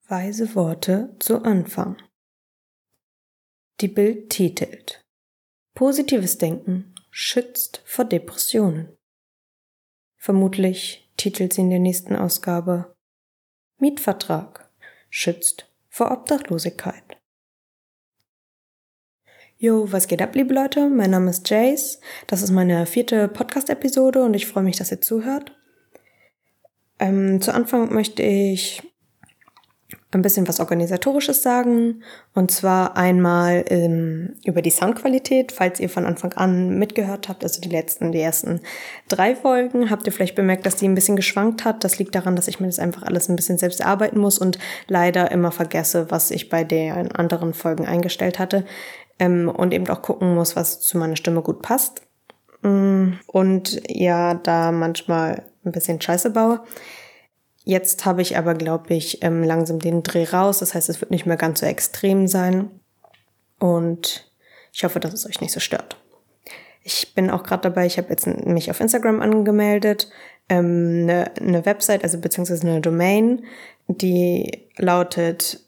Weise Worte zu Anfang. Die Bild titelt: Positives Denken schützt vor Depressionen. Vermutlich titelt sie in der nächsten Ausgabe: Mietvertrag schützt vor Obdachlosigkeit. Jo, was geht ab, liebe Leute? Mein Name ist Jace. Das ist meine 4. Podcast-Episode und ich freue mich, dass ihr zuhört. Zu Anfang möchte ich ein bisschen was Organisatorisches sagen, und zwar einmal über die Soundqualität. Falls ihr von Anfang an mitgehört habt, also die ersten 3 Folgen, habt ihr vielleicht bemerkt, dass die ein bisschen geschwankt hat. Das liegt daran, dass ich mir das einfach alles ein bisschen selbst erarbeiten muss und leider immer vergesse, was ich bei den anderen Folgen eingestellt hatte, und eben auch gucken muss, was zu meiner Stimme gut passt. Und ja, da manchmal ein bisschen Scheiße baue. Jetzt habe ich aber, glaube ich, langsam den Dreh raus. Das heißt, es wird nicht mehr ganz so extrem sein. Und ich hoffe, dass es euch nicht so stört. Ich bin auch gerade dabei, ich habe jetzt mich auf Instagram angemeldet. Eine Website, also beziehungsweise eine Domain, die lautet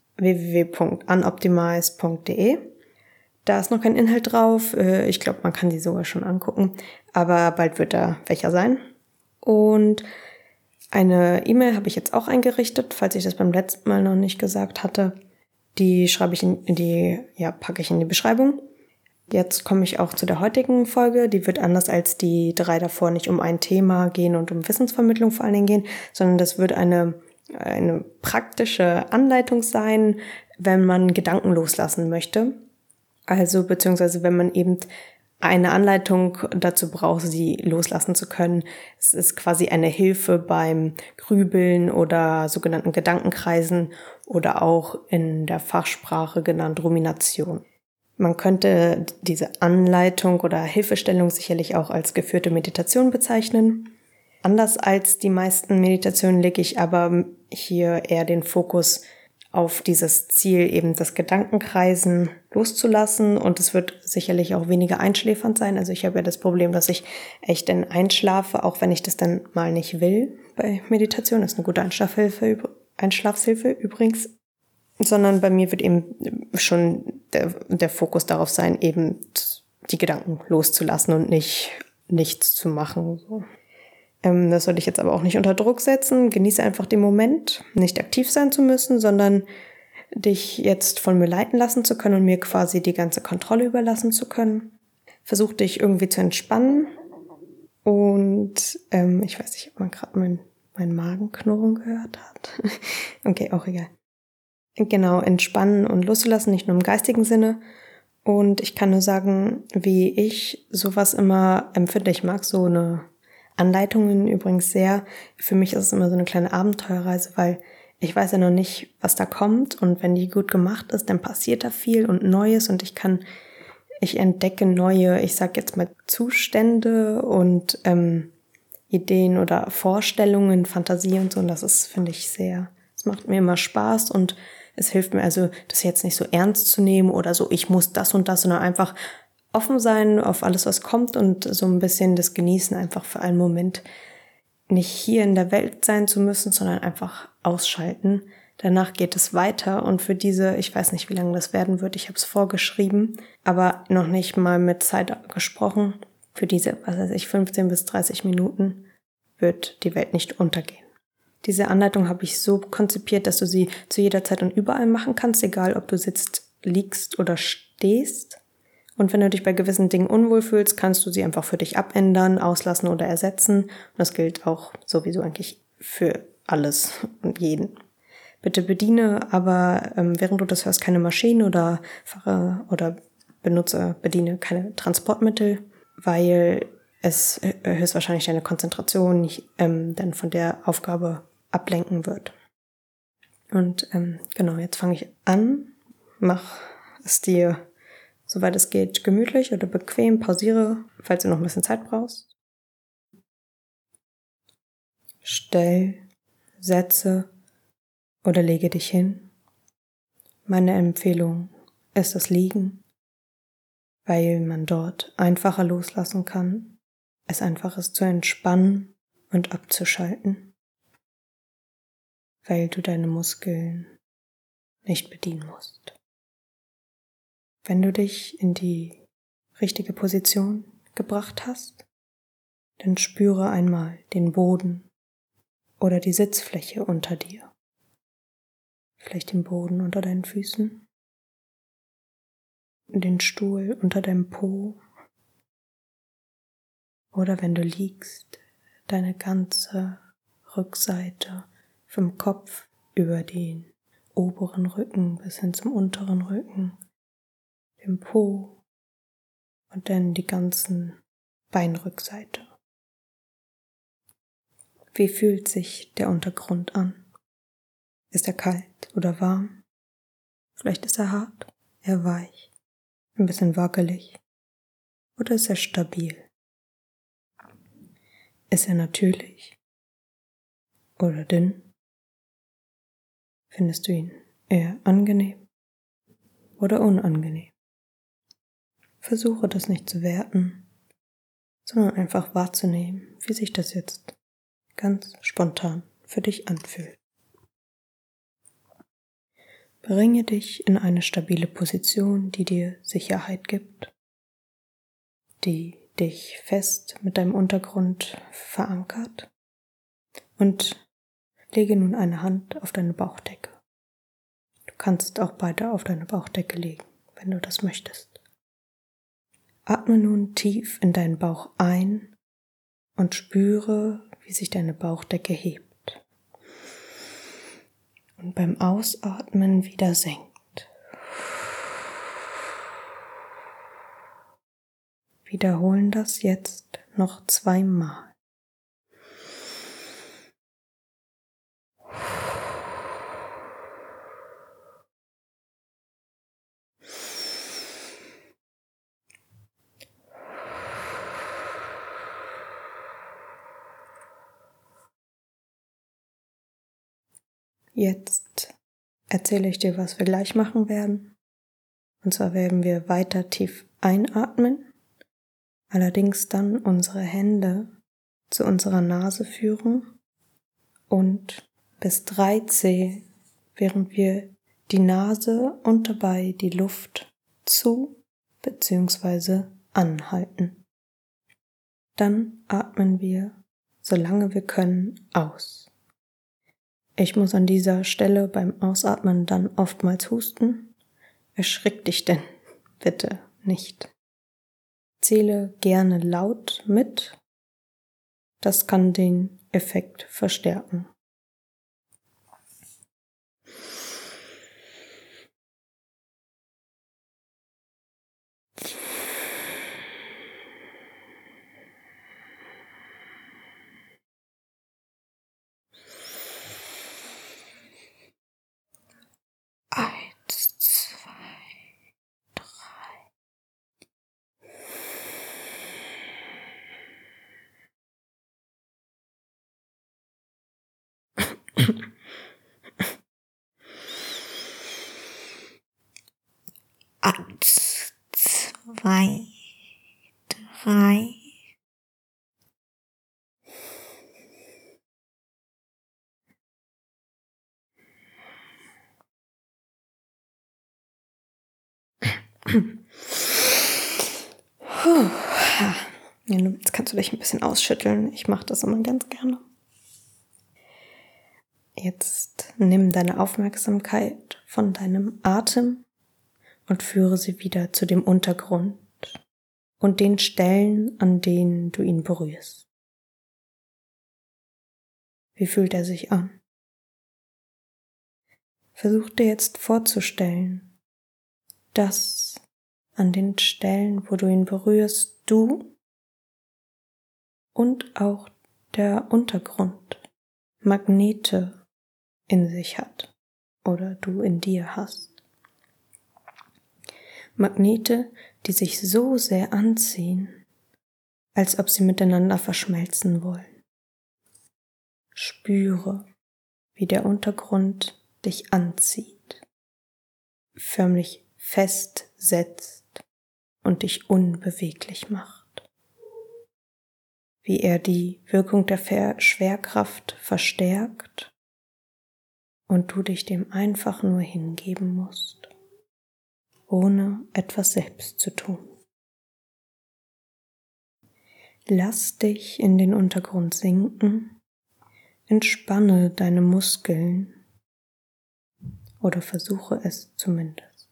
www.unoptimize.de. Da ist noch kein Inhalt drauf. Ich glaube, man kann die sogar schon angucken. Aber bald wird da welcher sein. Und eine E-Mail habe ich jetzt auch eingerichtet, falls ich das beim letzten Mal noch nicht gesagt hatte. Die schreibe ich packe ich in die Beschreibung. Jetzt komme ich auch zu der heutigen Folge. Die wird anders als die 3 davor nicht um ein Thema gehen und um Wissensvermittlung vor allen Dingen gehen, sondern das wird eine praktische Anleitung sein, wenn man Gedanken loslassen möchte. Also beziehungsweise wenn man eben eine Anleitung dazu braucht, sie loslassen zu können. Es ist quasi eine Hilfe beim Grübeln oder sogenannten Gedankenkreisen oder auch in der Fachsprache genannt Rumination. Man könnte diese Anleitung oder Hilfestellung sicherlich auch als geführte Meditation bezeichnen. Anders als die meisten Meditationen lege ich aber hier eher den Fokus auf dieses Ziel, eben das Gedankenkreisen loszulassen, und es wird sicherlich auch weniger einschläfernd sein. Also ich habe ja das Problem, dass ich echt dann einschlafe, auch wenn ich das dann mal nicht will bei Meditation. Das ist eine gute Einschlafhilfe übrigens. Sondern bei mir wird eben schon der Fokus darauf sein, eben die Gedanken loszulassen und nichts zu machen. So. Das soll ich jetzt aber auch nicht unter Druck setzen. Genieße einfach den Moment, nicht aktiv sein zu müssen, sondern dich jetzt von mir leiten lassen zu können und mir quasi die ganze Kontrolle überlassen zu können. Versuch dich irgendwie zu entspannen. Und ich weiß nicht, ob man gerade mein Magenknurren gehört hat. Okay, auch egal. Genau, entspannen und loszulassen, nicht nur im geistigen Sinne. Und ich kann nur sagen, wie ich sowas immer empfinde. Ich mag so eine Anleitungen übrigens sehr. Für mich ist es immer so eine kleine Abenteuerreise, weil ich weiß ja noch nicht, was da kommt, und wenn die gut gemacht ist, dann passiert da viel und Neues, und ich entdecke neue, ich sag jetzt mal Zustände und Ideen oder Vorstellungen, Fantasie und so, und das ist, finde ich, es macht mir immer Spaß, und es hilft mir also, das jetzt nicht so ernst zu nehmen oder so, ich muss das und das, sondern einfach offen sein auf alles, was kommt, und so ein bisschen das Genießen, einfach für einen Moment nicht hier in der Welt sein zu müssen, sondern einfach ausschalten. Danach geht es weiter, und für diese, ich weiß nicht, wie lange das werden wird, ich habe es vorgeschrieben, aber noch nicht mal mit Zeit gesprochen. Für diese, 15 bis 30 Minuten wird die Welt nicht untergehen. Diese Anleitung habe ich so konzipiert, dass du sie zu jeder Zeit und überall machen kannst, egal ob du sitzt, liegst oder stehst. Und wenn du dich bei gewissen Dingen unwohl fühlst, kannst du sie einfach für dich abändern, auslassen oder ersetzen. Und das gilt auch sowieso eigentlich für alles und jeden. Bitte bediene aber, während du das hörst, keine Maschinen oder bediene keine Transportmittel, weil es höchstwahrscheinlich deine Konzentration dann von der Aufgabe ablenken wird. Und genau, jetzt fange ich an. Mach es dir, soweit es geht, gemütlich oder bequem. Pausiere, falls du noch ein bisschen Zeit brauchst. Stell, setze oder lege dich hin. Meine Empfehlung ist das Liegen, weil man dort einfacher loslassen kann, es einfach ist zu entspannen und abzuschalten, weil du deine Muskeln nicht bedienen musst. Wenn du dich in die richtige Position gebracht hast, dann spüre einmal den Boden oder die Sitzfläche unter dir. Vielleicht den Boden unter deinen Füßen, den Stuhl unter deinem Po oder wenn du liegst, deine ganze Rückseite vom Kopf über den oberen Rücken bis hin zum unteren Rücken, dem Po und dann die ganzen Beinrückseite. Wie fühlt sich der Untergrund an? Ist er kalt oder warm? Vielleicht ist er hart, eher weich, ein bisschen wackelig. Oder ist er stabil? Ist er natürlich oder dünn? Findest du ihn eher angenehm oder unangenehm? Versuche das nicht zu werten, sondern einfach wahrzunehmen, wie sich das jetzt ganz spontan für dich anfühlt. Bringe dich in eine stabile Position, die dir Sicherheit gibt, die dich fest mit deinem Untergrund verankert und lege nun eine Hand auf deine Bauchdecke. Du kannst auch beide auf deine Bauchdecke legen, wenn du das möchtest. Atme nun tief in deinen Bauch ein und spüre, wie sich deine Bauchdecke hebt und beim Ausatmen wieder senkt. Wiederholen das jetzt noch 2 Mal. Jetzt erzähle ich dir, was wir gleich machen werden. Und zwar werden wir weiter tief einatmen, allerdings dann unsere Hände zu unserer Nase führen und bis 3 zählen, während wir die Nase und dabei die Luft zu bzw. anhalten. Dann atmen wir, solange wir können, aus. Ich muss an dieser Stelle beim Ausatmen dann oftmals husten. Erschrick dich denn bitte nicht. Zähle gerne laut mit. Das kann den Effekt verstärken. Eins, zwei, drei. Eins, zwei, drei. Ja, jetzt kannst du dich ein bisschen ausschütteln. Ich mache das immer ganz gerne. Jetzt nimm deine Aufmerksamkeit von deinem Atem und führe sie wieder zu dem Untergrund und den Stellen, an denen du ihn berührst. Wie fühlt er sich an? Versuch dir jetzt vorzustellen, dass an den Stellen, wo du ihn berührst, du und auch der Untergrund Magnete in sich hat oder du in dir hast. Magnete, die sich so sehr anziehen, als ob sie miteinander verschmelzen wollen. Spüre, wie der Untergrund dich anzieht, förmlich festsetzt und dich unbeweglich macht. Wie er die Wirkung der Schwerkraft verstärkt und du dich dem einfach nur hingeben musst, ohne etwas selbst zu tun. Lass dich in den Untergrund sinken, entspanne deine Muskeln oder versuche es zumindest.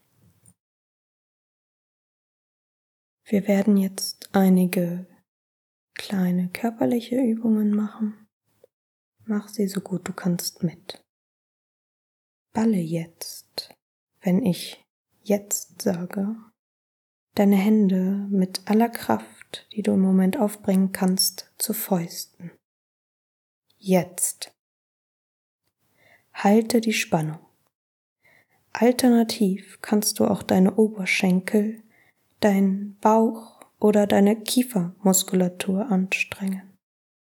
Wir werden jetzt einige kleine körperliche Übungen machen. Mach sie so gut du kannst mit. Balle jetzt, wenn ich jetzt sage, deine Hände mit aller Kraft, die du im Moment aufbringen kannst, zu Fäusten. Jetzt. Halte die Spannung. Alternativ kannst du auch deine Oberschenkel, deinen Bauch oder deine Kiefermuskulatur anstrengen.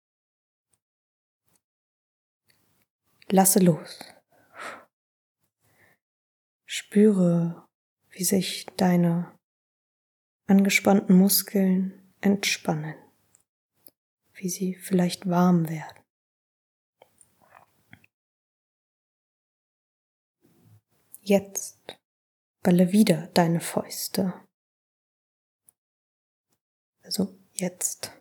Lasse los. Spüre, wie sich deine angespannten Muskeln entspannen, wie sie vielleicht warm werden. Jetzt balle wieder deine Fäuste. Also jetzt.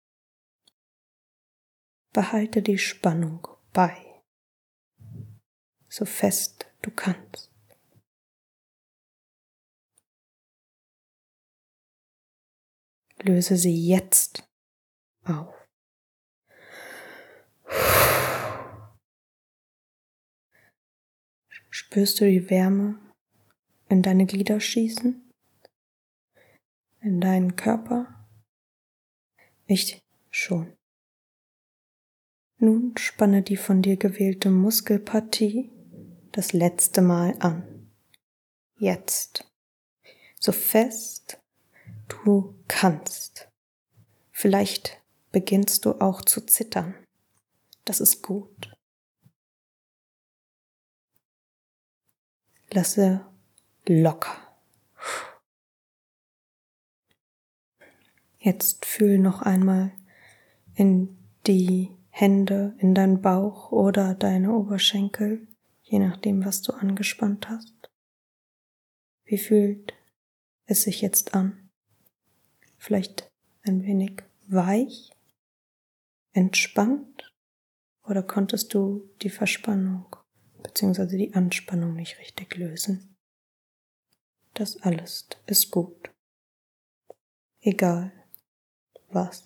Behalte die Spannung bei, so fest du kannst. Löse sie jetzt auf. Spürst du die Wärme in deine Glieder schießen? In deinen Körper? Ich schon. Nun spanne die von dir gewählte Muskelpartie das letzte Mal an. Jetzt. So fest du kannst. Vielleicht beginnst du auch zu zittern. Das ist gut. Lasse locker. Jetzt fühl noch einmal in die Hände, in deinen Bauch oder deine Oberschenkel, je nachdem, was du angespannt hast. Wie fühlt es sich jetzt an? Vielleicht ein wenig weich, entspannt, oder konntest du die Verspannung bzw. die Anspannung nicht richtig lösen? Das alles ist gut. Egal was.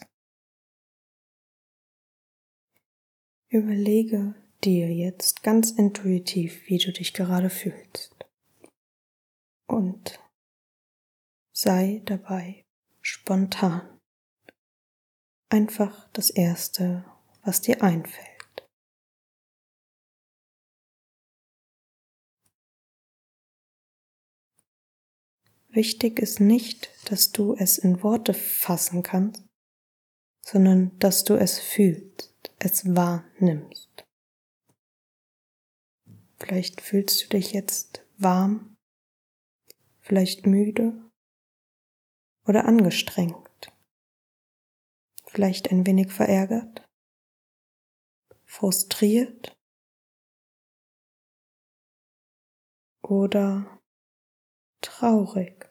Überlege dir jetzt ganz intuitiv, wie du dich gerade fühlst. Und sei dabei spontan. Einfach das Erste, was dir einfällt. Wichtig ist nicht, dass du es in Worte fassen kannst, sondern dass du es fühlst, es wahrnimmst. Vielleicht fühlst du dich jetzt warm, vielleicht müde oder angestrengt, vielleicht ein wenig verärgert, frustriert oder traurig.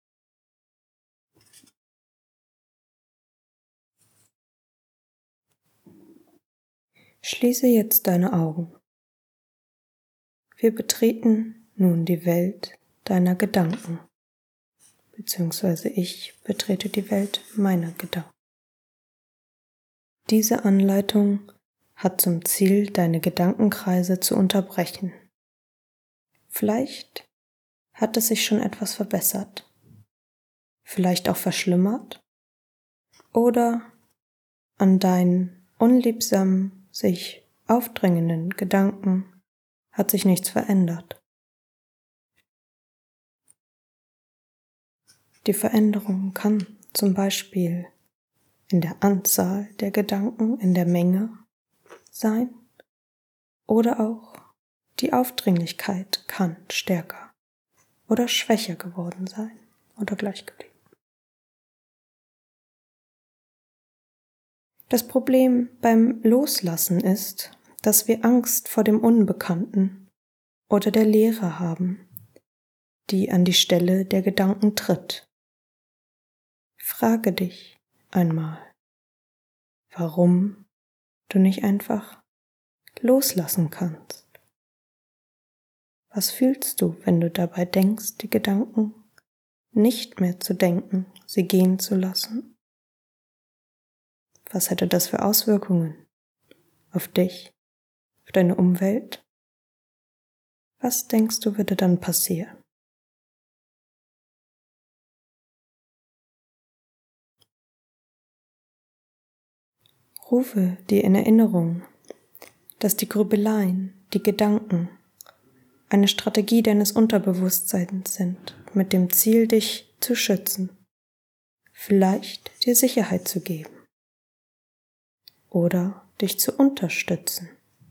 Schließe jetzt deine Augen. Wir betreten nun die Welt deiner Gedanken, beziehungsweise ich betrete die Welt meiner Gedanken. Diese Anleitung hat zum Ziel, deine Gedankenkreise zu unterbrechen. Vielleicht hat es sich schon etwas verbessert, vielleicht auch verschlimmert, oder an deinen unliebsamen, sich aufdrängenden Gedanken hat sich nichts verändert. Die Veränderung kann zum Beispiel in der Anzahl der Gedanken, in der Menge sein, oder auch die Aufdringlichkeit kann stärker oder schwächer geworden sein oder gleich geblieben. Das Problem beim Loslassen ist, dass wir Angst vor dem Unbekannten oder der Leere haben, die an die Stelle der Gedanken tritt. Frage dich einmal, warum du nicht einfach loslassen kannst. Was fühlst du, wenn du dabei denkst, die Gedanken nicht mehr zu denken, sie gehen zu lassen? Was hätte das für Auswirkungen auf dich, auf deine Umwelt? Was denkst du, würde dann passieren? Rufe dir in Erinnerung, dass die Grübeleien, die Gedanken eine Strategie deines Unterbewusstseins sind, mit dem Ziel, dich zu schützen, vielleicht dir Sicherheit zu geben oder dich zu unterstützen.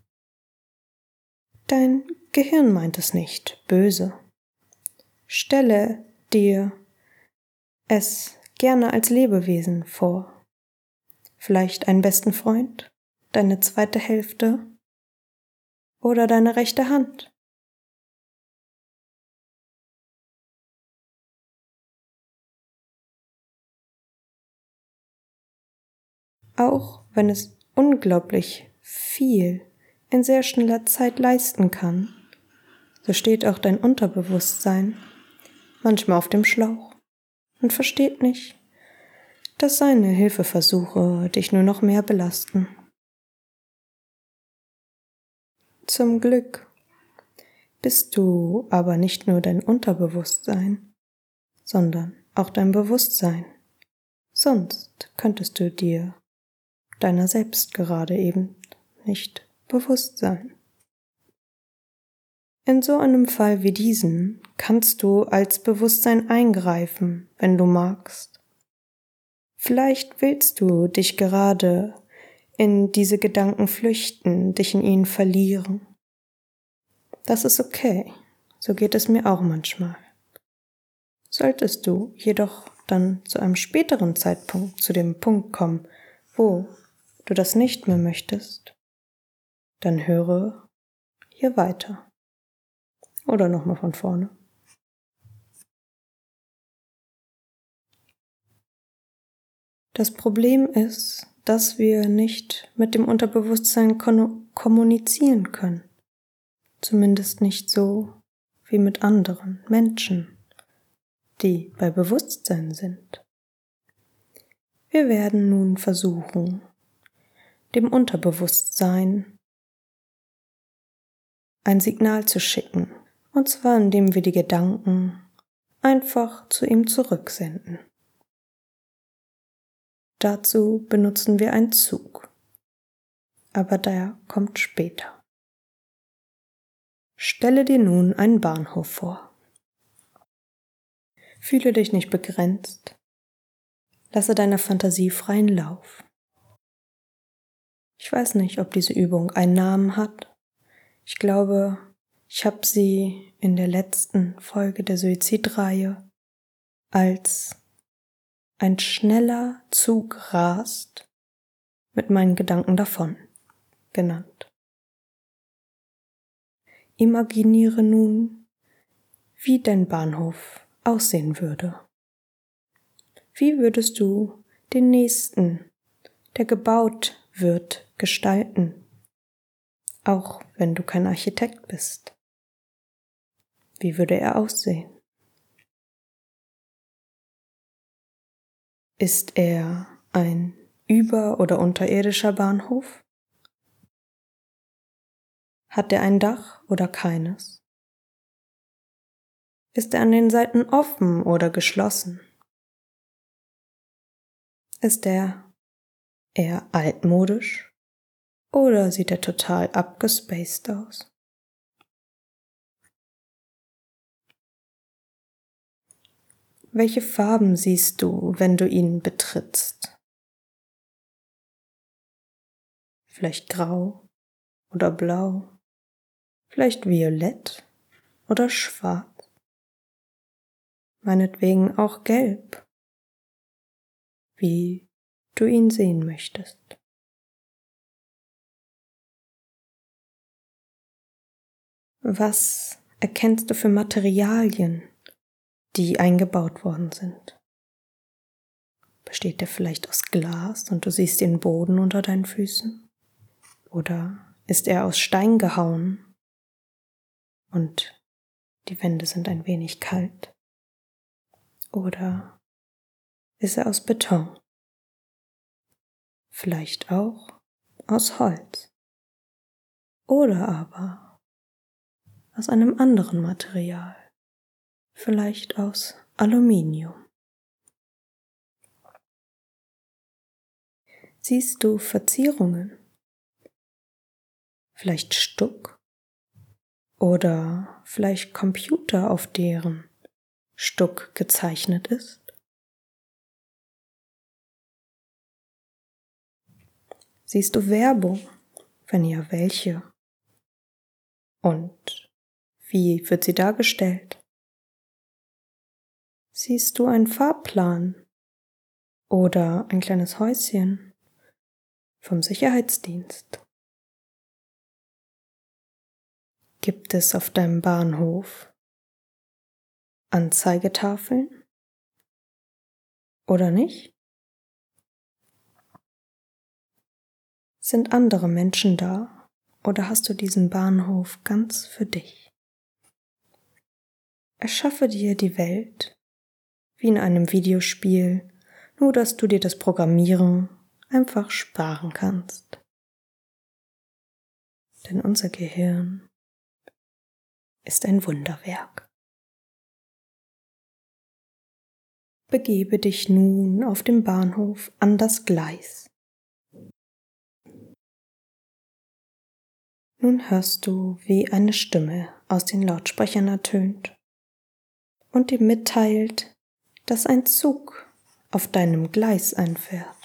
Dein Gehirn meint es nicht böse. Stelle dir es gerne als Lebewesen vor. Vielleicht einen besten Freund, deine zweite Hälfte oder deine rechte Hand. Auch wenn es unglaublich viel in sehr schneller Zeit leisten kann, so steht auch dein Unterbewusstsein manchmal auf dem Schlauch und versteht nicht, dass seine Hilfeversuche dich nur noch mehr belasten. Zum Glück bist du aber nicht nur dein Unterbewusstsein, sondern auch dein Bewusstsein. Sonst könntest du dir deiner selbst gerade eben nicht bewusst sein. In so einem Fall wie diesen kannst du als Bewusstsein eingreifen, wenn du magst. Vielleicht willst du dich gerade in diese Gedanken flüchten, dich in ihnen verlieren. Das ist okay, so geht es mir auch manchmal. Solltest du jedoch dann zu einem späteren Zeitpunkt zu dem Punkt kommen, wo du das nicht mehr möchtest, dann höre hier weiter. Oder nochmal von vorne. Das Problem ist, dass wir nicht mit dem Unterbewusstsein kommunizieren können. Zumindest nicht so wie mit anderen Menschen, die bei Bewusstsein sind. Wir werden nun versuchen, dem Unterbewusstsein ein Signal zu schicken, und zwar indem wir die Gedanken einfach zu ihm zurücksenden. Dazu benutzen wir einen Zug, aber der kommt später. Stelle dir nun einen Bahnhof vor. Fühle dich nicht begrenzt. Lasse deiner Fantasie freien Lauf. Ich weiß nicht, ob diese Übung einen Namen hat. Ich glaube, ich habe sie in der letzten Folge der Suizidreihe als ein schneller Zug rast mit meinen Gedanken davon genannt. Imaginiere nun, wie dein Bahnhof aussehen würde. Wie würdest du den nächsten, der gebaut wird, gestalten, auch wenn du kein Architekt bist? Wie würde er aussehen? Ist er ein über- oder unterirdischer Bahnhof? Hat er ein Dach oder keines? Ist er an den Seiten offen oder geschlossen? Ist er eher altmodisch oder sieht er total abgespaced aus? Welche Farben siehst du, wenn du ihn betrittst? Vielleicht grau oder blau, vielleicht violett oder schwarz, meinetwegen auch gelb, wie du ihn sehen möchtest. Was erkennst du für Materialien, die eingebaut worden sind? Besteht der vielleicht aus Glas und du siehst den Boden unter deinen Füßen? Oder ist er aus Stein gehauen und die Wände sind ein wenig kalt? Oder ist er aus Beton? Vielleicht auch aus Holz? Oder aber aus einem anderen Material? Vielleicht aus Aluminium? Siehst du Verzierungen? Vielleicht Stuck? Oder vielleicht Computer, auf deren Stuck gezeichnet ist? Siehst du Werbung? Wenn ja, welche? Und wie wird sie dargestellt? Siehst du einen Fahrplan oder ein kleines Häuschen vom Sicherheitsdienst? Gibt es auf deinem Bahnhof Anzeigetafeln oder nicht? Sind andere Menschen da oder hast du diesen Bahnhof ganz für dich? Erschaffe dir die Welt wie in einem Videospiel, nur dass du dir das Programmieren einfach sparen kannst. Denn unser Gehirn ist ein Wunderwerk. Begebe dich nun auf dem Bahnhof an das Gleis. Nun hörst du, wie eine Stimme aus den Lautsprechern ertönt und dir mitteilt, dass ein Zug auf deinem Gleis einfährt.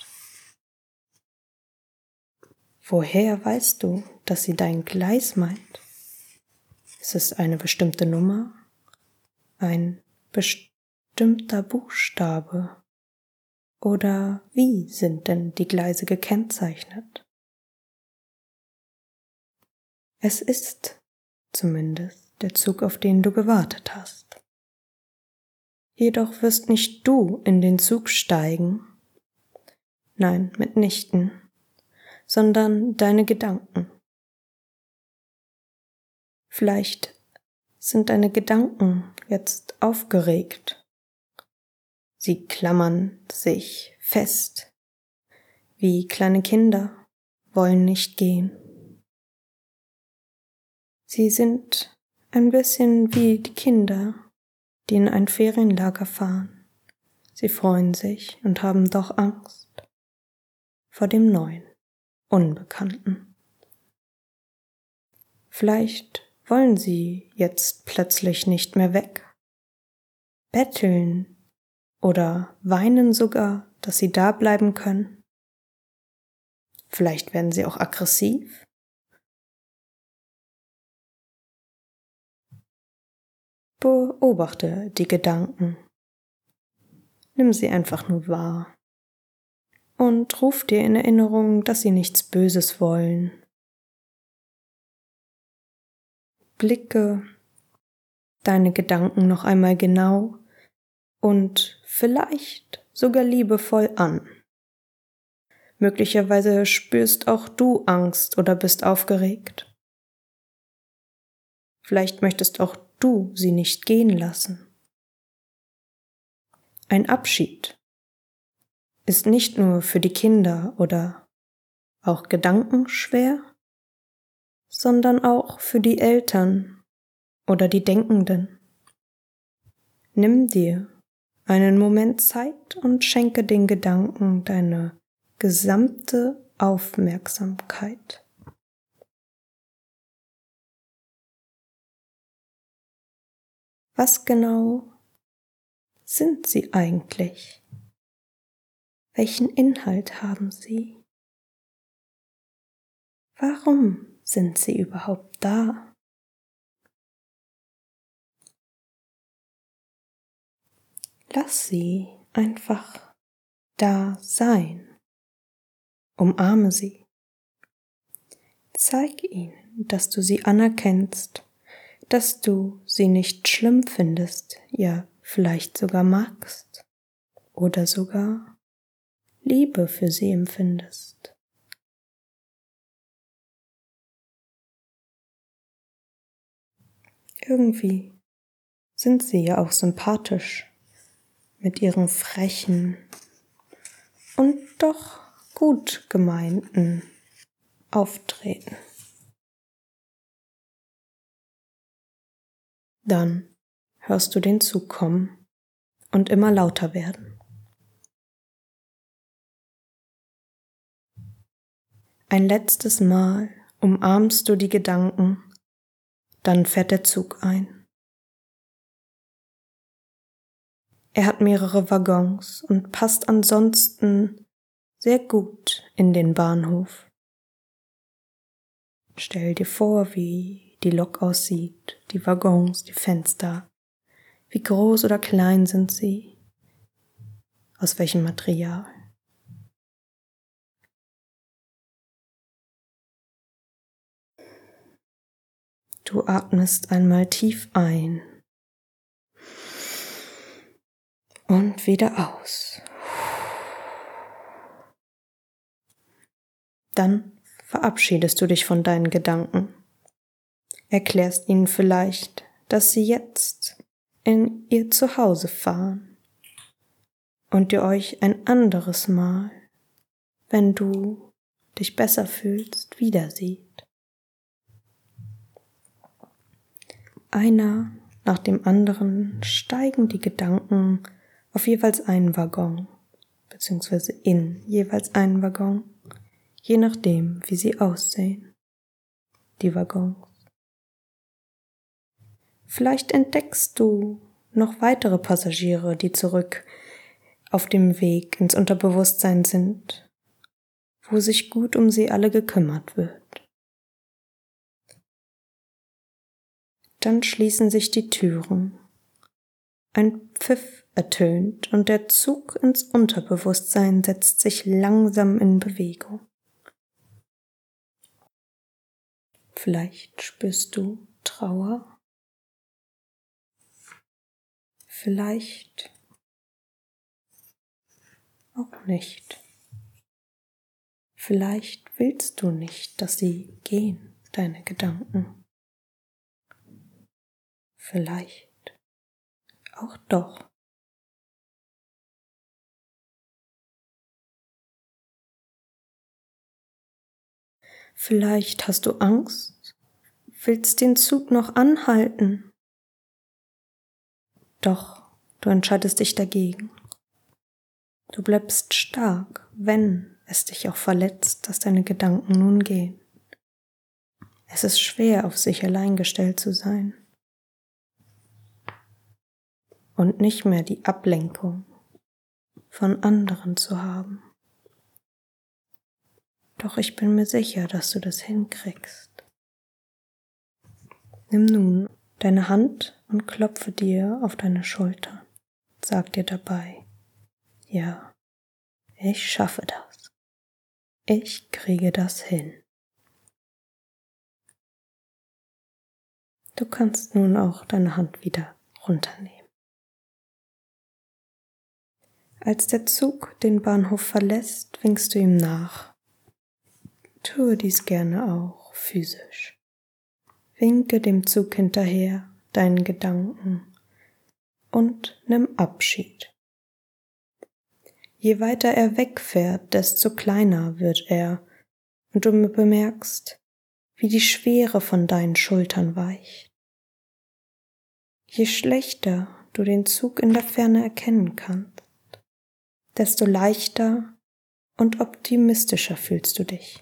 Woher weißt du, dass sie dein Gleis meint? Ist es eine bestimmte Nummer? Ein bestimmter Buchstabe? Oder wie sind denn die Gleise gekennzeichnet? Es ist zumindest der Zug, auf den du gewartet hast. Jedoch wirst nicht du in den Zug steigen, nein, mitnichten, sondern deine Gedanken. Vielleicht sind deine Gedanken jetzt aufgeregt. Sie klammern sich fest, wie kleine Kinder, wollen nicht gehen. Sie sind ein bisschen wie die Kinder, die in ein Ferienlager fahren. Sie freuen sich und haben doch Angst vor dem Neuen, Unbekannten. Vielleicht wollen sie jetzt plötzlich nicht mehr weg, betteln oder weinen sogar, dass sie da bleiben können. Vielleicht werden sie auch aggressiv. Beobachte die Gedanken. Nimm sie einfach nur wahr. Und ruf dir in Erinnerung, dass sie nichts Böses wollen. Blicke deine Gedanken noch einmal genau und vielleicht sogar liebevoll an. Möglicherweise spürst auch du Angst oder bist aufgeregt. Vielleicht möchtest auch du sie nicht gehen lassen. Ein Abschied ist nicht nur für die Kinder oder auch Gedanken schwer, sondern auch für die Eltern oder die Denkenden. Nimm dir einen Moment Zeit und schenke den Gedanken deine gesamte Aufmerksamkeit. Was genau sind sie eigentlich? Welchen Inhalt haben sie? Warum sind sie überhaupt da? Lass sie einfach da sein. Umarme sie. Zeig ihnen, dass du sie anerkennst, dass du sie nicht schlimm findest, ja vielleicht sogar magst oder sogar Liebe für sie empfindest. Irgendwie sind sie ja auch sympathisch mit ihren frechen und doch gut gemeinten Auftreten. Dann hörst du den Zug kommen und immer lauter werden. Ein letztes Mal umarmst du die Gedanken, dann fährt der Zug ein. Er hat mehrere Waggons und passt ansonsten sehr gut in den Bahnhof. Stell dir vor, wie die Lok aussieht, die Waggons, die Fenster. Wie groß oder klein sind sie? Aus welchem Material? Du atmest einmal tief ein und wieder aus. Dann verabschiedest du dich von deinen Gedanken. Erklärst ihnen vielleicht, dass sie jetzt in ihr Zuhause fahren und ihr euch ein anderes Mal, wenn du dich besser fühlst, wiederseht. Einer nach dem anderen steigen die Gedanken auf jeweils einen Waggon, beziehungsweise in jeweils einen Waggon, je nachdem, wie sie aussehen, die Waggons. Vielleicht entdeckst du noch weitere Passagiere, die zurück auf dem Weg ins Unterbewusstsein sind, wo sich gut um sie alle gekümmert wird. Dann schließen sich die Türen. Ein Pfiff ertönt und der Zug ins Unterbewusstsein setzt sich langsam in Bewegung. Vielleicht spürst du Trauer. Vielleicht auch nicht. Vielleicht willst du nicht, dass sie gehen, deine Gedanken. Vielleicht auch doch. Vielleicht hast du Angst, willst den Zug noch anhalten. Doch du entscheidest dich dagegen. Du bleibst stark, wenn es dich auch verletzt, dass deine Gedanken nun gehen. Es ist schwer, auf sich allein gestellt zu sein und nicht mehr die Ablenkung von anderen zu haben. Doch ich bin mir sicher, dass du das hinkriegst. Nimm nun deine Hand und klopfe dir auf deine Schulter. Sag dir dabei, ja, ich schaffe das. Ich kriege das hin. Du kannst nun auch deine Hand wieder runternehmen. Als der Zug den Bahnhof verlässt, winkst du ihm nach. Tue dies gerne auch physisch. Winke dem Zug hinterher, deinen Gedanken und nimm Abschied. Je weiter er wegfährt, desto kleiner wird er und du bemerkst, wie die Schwere von deinen Schultern weicht. Je schlechter du den Zug in der Ferne erkennen kannst, desto leichter und optimistischer fühlst du dich.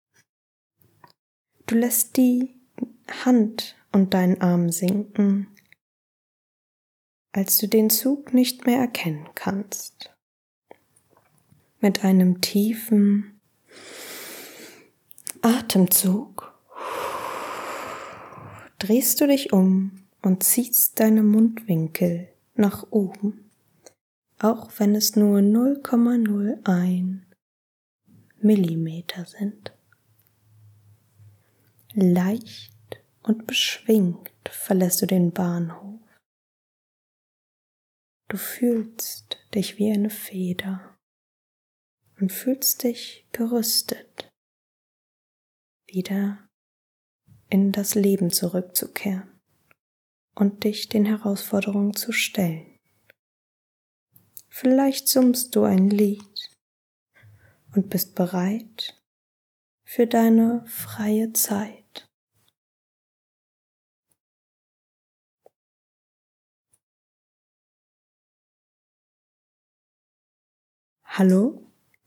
Du lässt die Hand und deinen Arm sinken, als du den Zug nicht mehr erkennen kannst. Mit einem tiefen Atemzug drehst du dich um und ziehst deine Mundwinkel nach oben. Auch wenn es nur 0,01 Millimeter sind. Leicht und beschwingt verlässt du den Bahnhof. Du fühlst dich wie eine Feder und fühlst dich gerüstet, wieder in das Leben zurückzukehren und dich den Herausforderungen zu stellen. Vielleicht summst du ein Lied und bist bereit für deine freie Zeit. Hallo?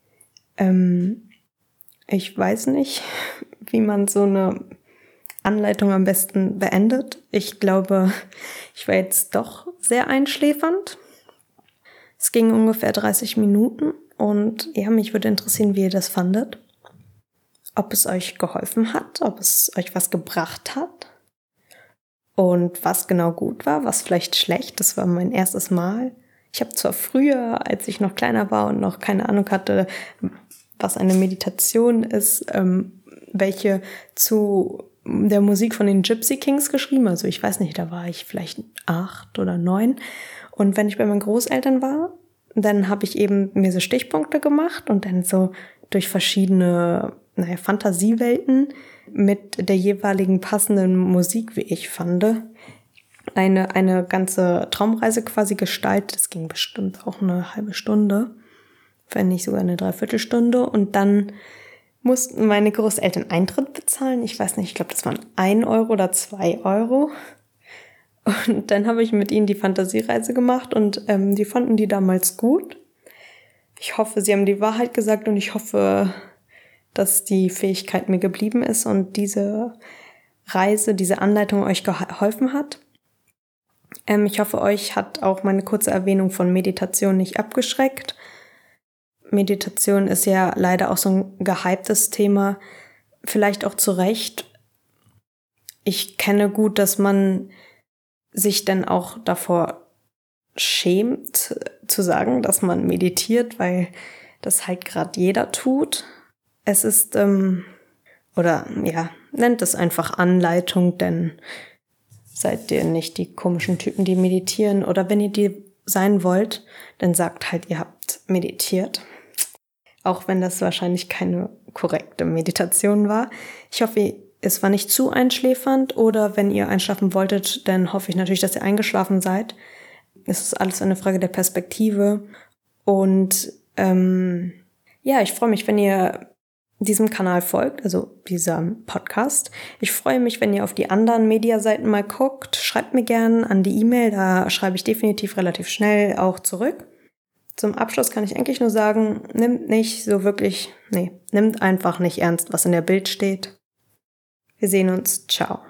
Ich weiß nicht, wie man so eine Anleitung am besten beendet. Ich glaube, ich war jetzt doch sehr einschläfernd. Es ging ungefähr 30 Minuten und ja, mich würde interessieren, wie ihr das fandet. Ob es euch geholfen hat, ob es euch was gebracht hat und was genau gut war, was vielleicht schlecht. Das war mein erstes Mal. Ich habe zwar früher, als ich noch kleiner war und noch keine Ahnung hatte, was eine Meditation ist, welche zu der Musik von den Gypsy Kings geschrieben. Also ich weiß nicht, da war ich vielleicht 8 oder 9. Und wenn ich bei meinen Großeltern war, dann habe ich eben mir so Stichpunkte gemacht und dann so durch verschiedene Fantasiewelten mit der jeweiligen passenden Musik, wie ich fand, eine ganze Traumreise quasi gestaltet. Das ging bestimmt auch eine halbe Stunde, wenn nicht sogar eine Dreiviertelstunde. Und dann mussten meine Großeltern Eintritt bezahlen. Ich weiß nicht, ich glaube, das waren 1 Euro oder 2 Euro. Und dann habe ich mit ihnen die Fantasiereise gemacht und die fanden die damals gut. Ich hoffe, sie haben die Wahrheit gesagt und ich hoffe, dass die Fähigkeit mir geblieben ist und diese Reise, diese Anleitung euch geholfen hat. Ich hoffe, euch hat auch meine kurze Erwähnung von Meditation nicht abgeschreckt. Meditation ist ja leider auch so ein gehyptes Thema, vielleicht auch zu Recht. Ich kenne gut, dass man sich dann auch davor schämt, zu sagen, dass man meditiert, weil das halt gerade jeder tut. Es ist, nennt es einfach Anleitung, denn seid ihr nicht die komischen Typen, die meditieren. Oder wenn ihr die sein wollt, dann sagt halt, ihr habt meditiert. Auch wenn das wahrscheinlich keine korrekte Meditation war. Ich hoffe, es war nicht zu einschläfernd. Oder wenn ihr einschlafen wolltet, dann hoffe ich natürlich, dass ihr eingeschlafen seid. Es ist alles eine Frage der Perspektive. Und ich freue mich, wenn ihr diesem Kanal folgt, also diesem Podcast. Ich freue mich, wenn ihr auf die anderen Mediaseiten mal guckt. Schreibt mir gerne an die E-Mail, da schreibe ich definitiv relativ schnell auch zurück. Zum Abschluss kann ich eigentlich nur sagen, nimmt einfach nicht ernst, was in der Bild steht. Wir sehen uns. Ciao.